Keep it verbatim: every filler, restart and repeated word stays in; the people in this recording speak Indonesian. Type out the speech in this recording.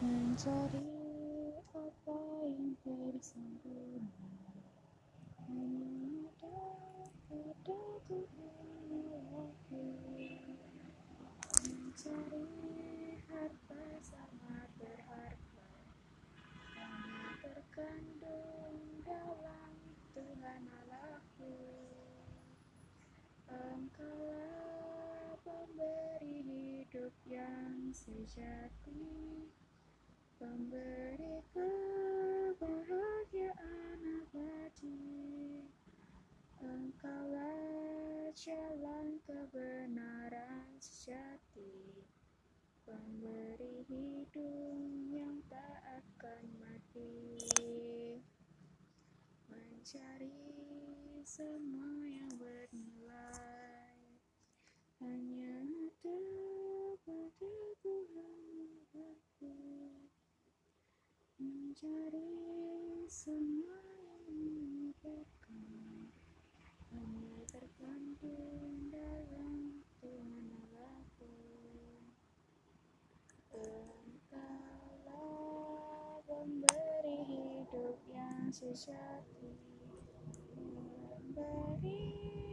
Mencari apa yang tersembunyi hanya ada pada Tuhan Allahku. Mencari harta sangat berharga, hanya terkandung dalam Tuhan Allahku. Engkaulah pemberi hidup yang sejati, pemberi kebahagiaan abadi. Engkaulah jalan kebenaran sejati, pemberi hidup yang tak akan mati. Mencari semua yang bernilai hanya ada pada Tuhan Allahku. Mencari semua yang menyenangkan hanya terkandung dalam Tuhan Allahku. Engkaulah pemberi hidup yang sejati, pemberi